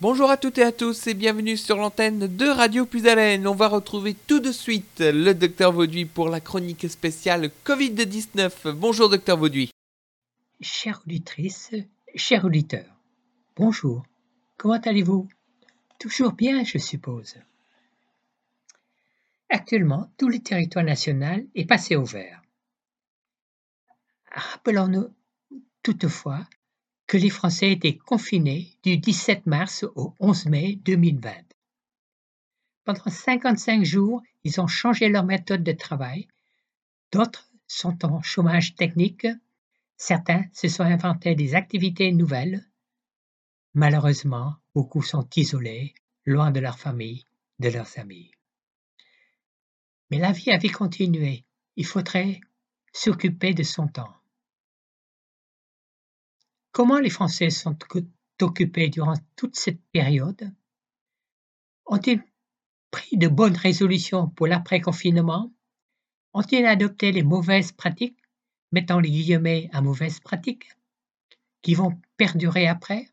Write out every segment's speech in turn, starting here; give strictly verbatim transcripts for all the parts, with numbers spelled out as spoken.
Bonjour à toutes et à tous et bienvenue sur l'antenne de Radio Plus Haleine. On va retrouver tout de suite le docteur Vauduit pour la chronique spéciale covid dix-neuf. Bonjour docteur Vauduit. Chère auditrice, chers auditeurs, bonjour, comment allez-vous? Toujours bien, je suppose. Actuellement, tout le territoire national est passé au vert. Rappelons-nous toutefois que les Français étaient confinés du dix-sept mars au onze mai deux mille vingt. Pendant cinquante-cinq jours, ils ont changé leur méthode de travail. D'autres sont en chômage technique. Certains se sont inventés des activités nouvelles. Malheureusement, beaucoup sont isolés, loin de leur famille, de leurs amis. Mais la vie avait continué. Il faudrait s'occuper de son temps. Comment les Français sont occupés durant toute cette période? Ont-ils pris de bonnes résolutions pour l'après-confinement? Ont-ils adopté les mauvaises pratiques, mettons les guillemets à mauvaises pratiques, qui vont perdurer après?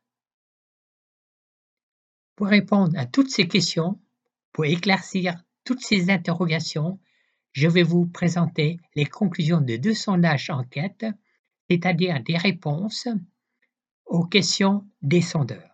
Pour répondre à toutes ces questions, pour éclaircir toutes ces interrogations, je vais vous présenter les conclusions de deux sondages enquêtes, c'est-à-dire des réponses aux questions des sondeurs.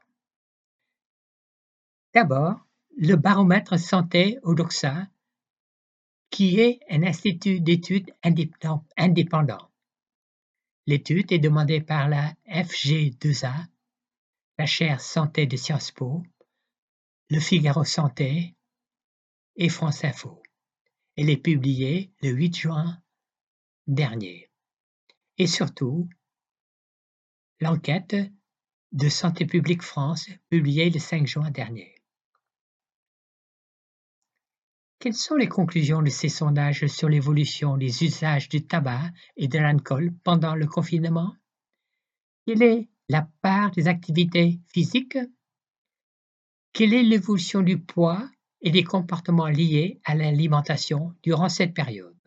D'abord, le baromètre santé Odoxa, qui est un institut d'études indépendant. L'étude est demandée par la F G deux A, la chaire santé de Sciences Po, Le Figaro Santé et France Info. Elle est publiée le huit juin dernier. Et surtout, l'enquête de Santé publique France, publiée le cinq juin dernier. Quelles sont les conclusions de ces sondages sur l'évolution des usages du tabac et de l'alcool pendant le confinement? Quelle est la part des activités physiques? Quelle est l'évolution du poids et des comportements liés à l'alimentation durant cette période?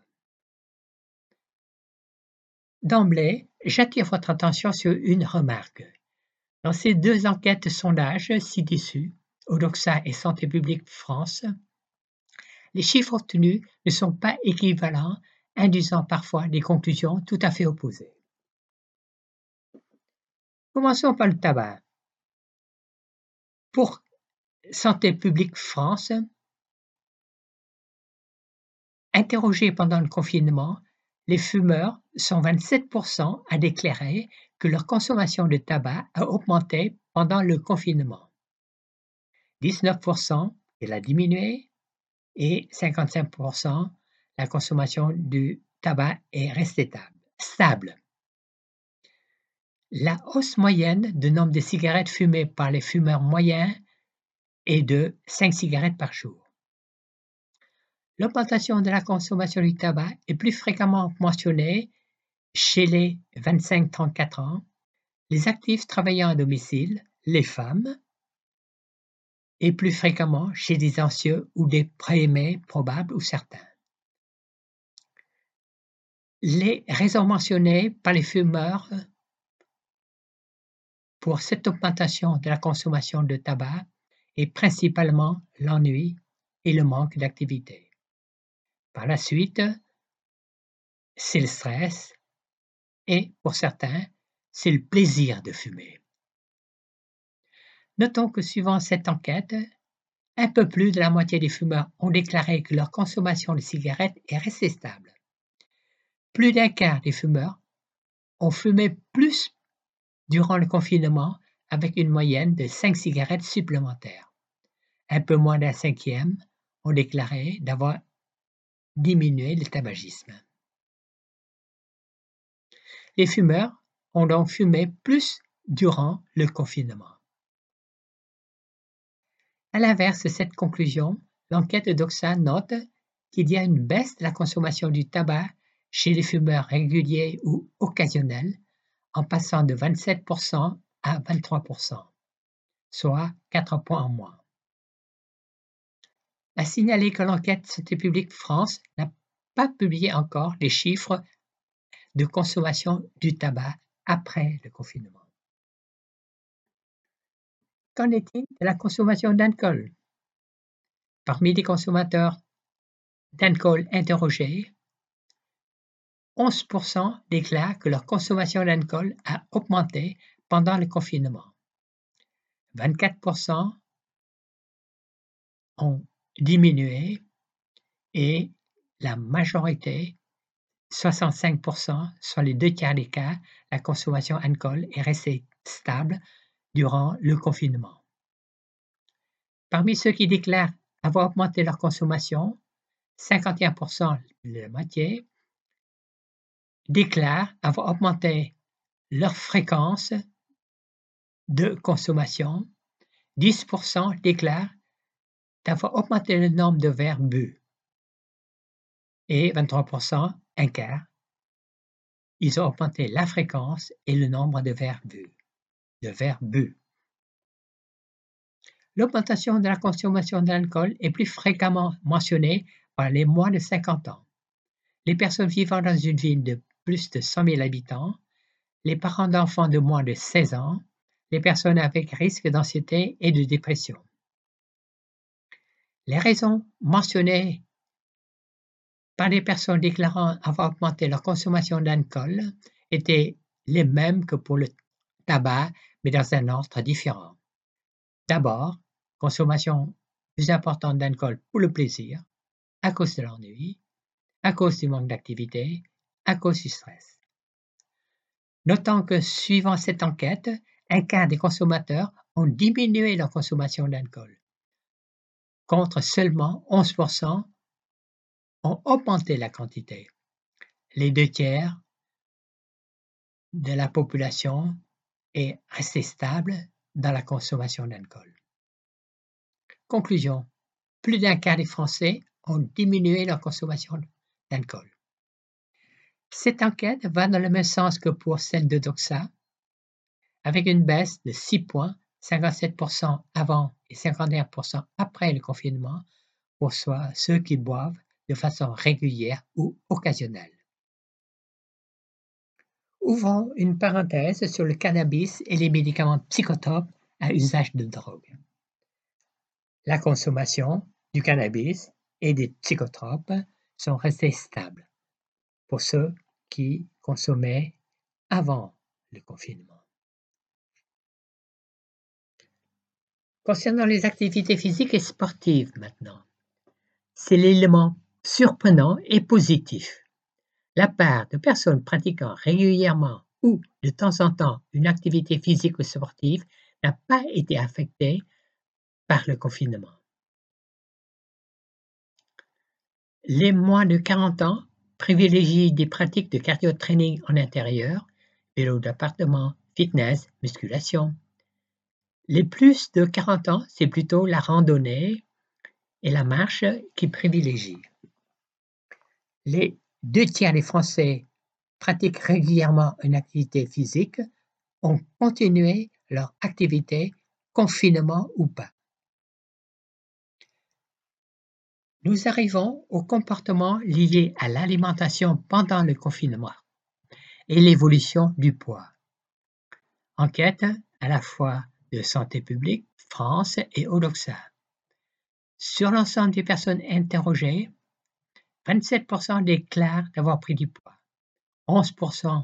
D'emblée, j'attire votre attention sur une remarque. Dans ces deux enquêtes sondages ci-dessus, Odoxa et Santé publique France, les chiffres obtenus ne sont pas équivalents, induisant parfois des conclusions tout à fait opposées. Commençons par le tabac. Pour Santé publique France, interrogés pendant le confinement, les fumeurs sont vingt-sept pour cent à déclarer que leur consommation de tabac a augmenté pendant le confinement. dix-neuf pour cent elle a diminué et cinquante-cinq pour cent la consommation du tabac est restée stable. La hausse moyenne du nombre de cigarettes fumées par les fumeurs moyens est de cinq cigarettes par jour. L'augmentation de la consommation du tabac est plus fréquemment mentionnée chez les vingt-cinq à trente-quatre ans, les actifs travaillant à domicile, les femmes, et plus fréquemment chez des anxieux ou des préaimés probables ou certains. Les raisons mentionnées par les fumeurs pour cette augmentation de la consommation de tabac est principalement l'ennui et le manque d'activité. Par la suite, c'est le stress et, pour certains, c'est le plaisir de fumer. Notons que suivant cette enquête, un peu plus de la moitié des fumeurs ont déclaré que leur consommation de cigarettes est restée stable. Plus d'un quart des fumeurs ont fumé plus durant le confinement avec une moyenne de cinq cigarettes supplémentaires. Un peu moins d'un cinquième ont déclaré d'avoir diminué le tabagisme. Les fumeurs ont donc fumé plus durant le confinement. À l'inverse de cette conclusion, l'enquête de Doxa note qu'il y a une baisse de la consommation du tabac chez les fumeurs réguliers ou occasionnels, en passant de vingt-sept pour cent à vingt-trois pour cent, soit quatre points en moins. À signaler que l'enquête Santé publique France n'a pas publié encore les chiffres de consommation du tabac après le confinement. Qu'en est-il de la consommation d'alcool? Parmi les consommateurs d'alcool interrogés, onze pour cent déclarent que leur consommation d'alcool a augmenté pendant le confinement. vingt-quatre pour cent ont diminué et la majorité, soixante-cinq pour cent, sur les deux tiers des cas, la consommation d'alcool est restée stable durant le confinement. Parmi ceux qui déclarent avoir augmenté leur consommation, cinquante et un pour cent, la moitié, déclarent avoir augmenté leur fréquence de consommation. dix pour cent déclarent d'avoir augmenté le nombre de verres bu. Et vingt-trois pour cent, un quart, ils ont augmenté la fréquence et le nombre de verres bu. De verres bu. L'augmentation de la consommation d'alcool est plus fréquemment mentionnée par les moins de cinquante ans, les personnes vivant dans une ville de plus de cent mille habitants, les parents d'enfants de moins de seize ans, les personnes avec risque d'anxiété et de dépression. Les raisons mentionnées par les personnes déclarant avoir augmenté leur consommation d'alcool étaient les mêmes que pour le tabac, mais dans un ordre différent. D'abord, consommation plus importante d'alcool pour le plaisir, à cause de l'ennui, à cause du manque d'activité, à cause du stress. Notons que, suivant cette enquête, un quart des consommateurs ont diminué leur consommation d'alcool, contre seulement onze pour cent ont augmenté la quantité. Les deux tiers de la population est restée stable dans la consommation d'alcool. Conclusion, plus d'un quart des Français ont diminué leur consommation d'alcool. Cette enquête va dans le même sens que pour celle de Doxa, avec une baisse de six points, cinquante-sept pour cent avant et cinquante et un pour cent après le confinement, pour soit ceux qui boivent de façon régulière ou occasionnelle. Ouvrons une parenthèse sur le cannabis et les médicaments psychotropes à usage de drogue. La consommation du cannabis et des psychotropes sont restées stables pour ceux qui consommaient avant le confinement. Concernant les activités physiques et sportives maintenant, c'est l'élément surprenant et positif. La part de personnes pratiquant régulièrement ou de temps en temps une activité physique ou sportive n'a pas été affectée par le confinement. Les moins de quarante ans privilégient des pratiques de cardio-training en intérieur, vélo d'appartement, fitness, musculation. Les plus de quarante ans, c'est plutôt la randonnée et la marche qui privilégient. Les deux tiers des Français pratiquent régulièrement une activité physique, ont continué leur activité, confinement ou pas. Nous arrivons au comportement lié à l'alimentation pendant le confinement et l'évolution du poids. Enquête à la fois de Santé publique, France et Odoxa. Sur l'ensemble des personnes interrogées, vingt-sept pour cent déclarent d'avoir pris du poids, onze pour cent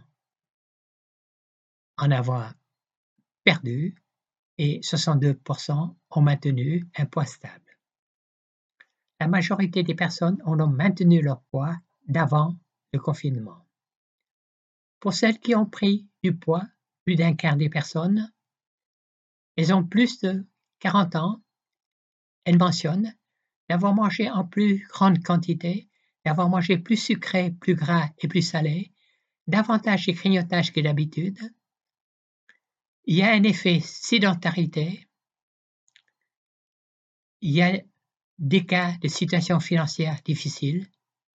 en avoir perdu et soixante-deux pour cent ont maintenu un poids stable. La majorité des personnes ont donc maintenu leur poids d'avant le confinement. Pour celles qui ont pris du poids, plus d'un quart des personnes, elles ont plus de quarante ans, elles mentionnent d'avoir mangé en plus grande quantité, d'avoir mangé plus sucré, plus gras et plus salé, davantage de grignotage que d'habitude. Il y a un effet sédentarité, il y a des cas de situations financières difficiles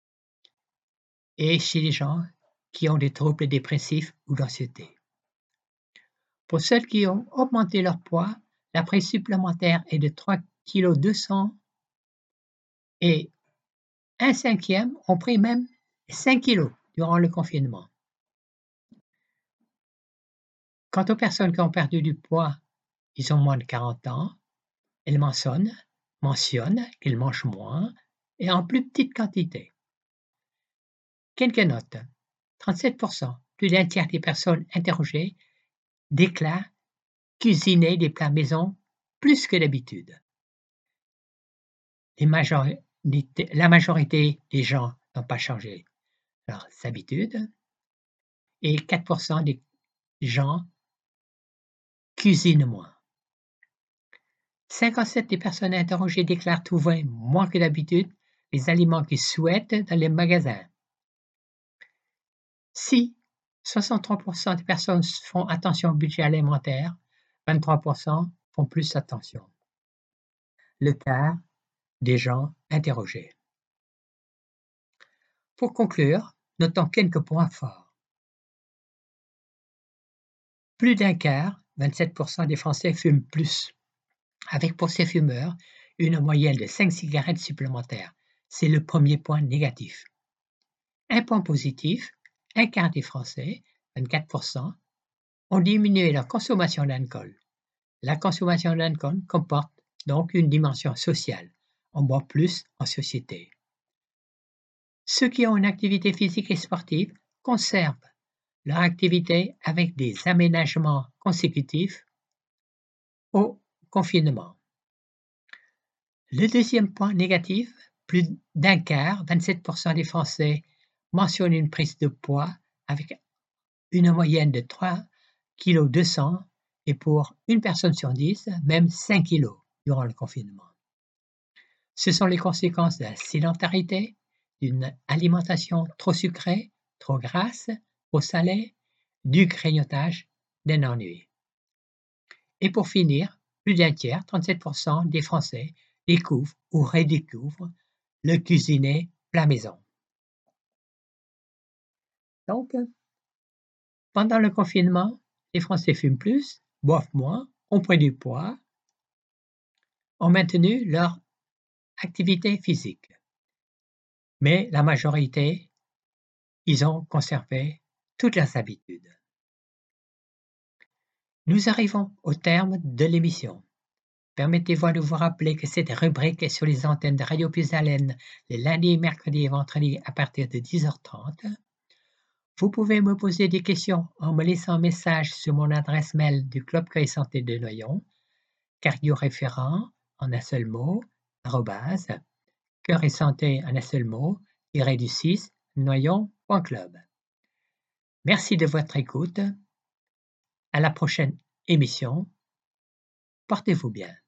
et chez les gens qui ont des troubles dépressifs ou d'anxiété. Pour celles qui ont augmenté leur poids, la prise supplémentaire est de trois virgule deux kilos et un cinquième ont pris même cinq kilos durant le confinement. Quant aux personnes qui ont perdu du poids, ils ont moins de quarante ans, elles mentionnent, mentionnent qu'ils mangent moins et en plus petite quantité. Quelques notes. trente-sept pour cent, plus d'un tiers des personnes interrogées déclarent cuisiner des plats maison plus que d'habitude. Les majorité- la majorité des gens n'ont pas changé leurs habitudes et quatre pour cent des gens cuisinent moins. cinquante-sept des personnes interrogées déclarent trouver moins que d'habitude les aliments qu'ils souhaitent dans les magasins. Si soixante-trois pour cent des personnes font attention au budget alimentaire, vingt-trois pour cent font plus attention. Le quart des gens interrogés. Pour conclure, notons quelques points forts. Plus d'un quart, vingt-sept pour cent des Français fument plus, avec pour ces fumeurs une moyenne de cinq cigarettes supplémentaires. C'est le premier point négatif. Un point positif, un quart des Français, vingt-quatre pour cent, ont diminué leur consommation d'alcool. La consommation d'alcool comporte donc une dimension sociale. On boit plus en société. Ceux qui ont une activité physique et sportive conservent leur activité avec des aménagements consécutifs au confinement. Le deuxième point négatif, plus d'un quart, vingt-sept pour cent des Français mentionnent une prise de poids avec une moyenne de trois virgule deux kilos et pour une personne sur dix, même cinq kilos durant le confinement. Ce sont les conséquences de la sédentarité, d'une alimentation trop sucrée, trop grasse, trop salée, du grignotage, d'un ennui. Et pour finir, plus d'un tiers, trente-sept pour cent des Français découvrent ou redécouvrent le cuisiner plat maison. Donc, pendant le confinement, les Français fument plus, boivent moins, ont pris du poids, ont maintenu leur activité physique. Mais la majorité, ils ont conservé toutes leurs habitudes. Nous arrivons au terme de l'émission. Permettez-moi de vous rappeler que cette rubrique est sur les antennes de Radio Puisalène les lundis, mercredis et vendredis à partir de dix heures trente. Vous pouvez me poser des questions en me laissant un message sur mon adresse mail du Club Cœur et Santé de Noyon, cardioréférent en un seul mot, arrobase, cœur et santé en un seul mot, tiré du six, noyon point club. Merci de votre écoute. À la prochaine émission. Portez-vous bien.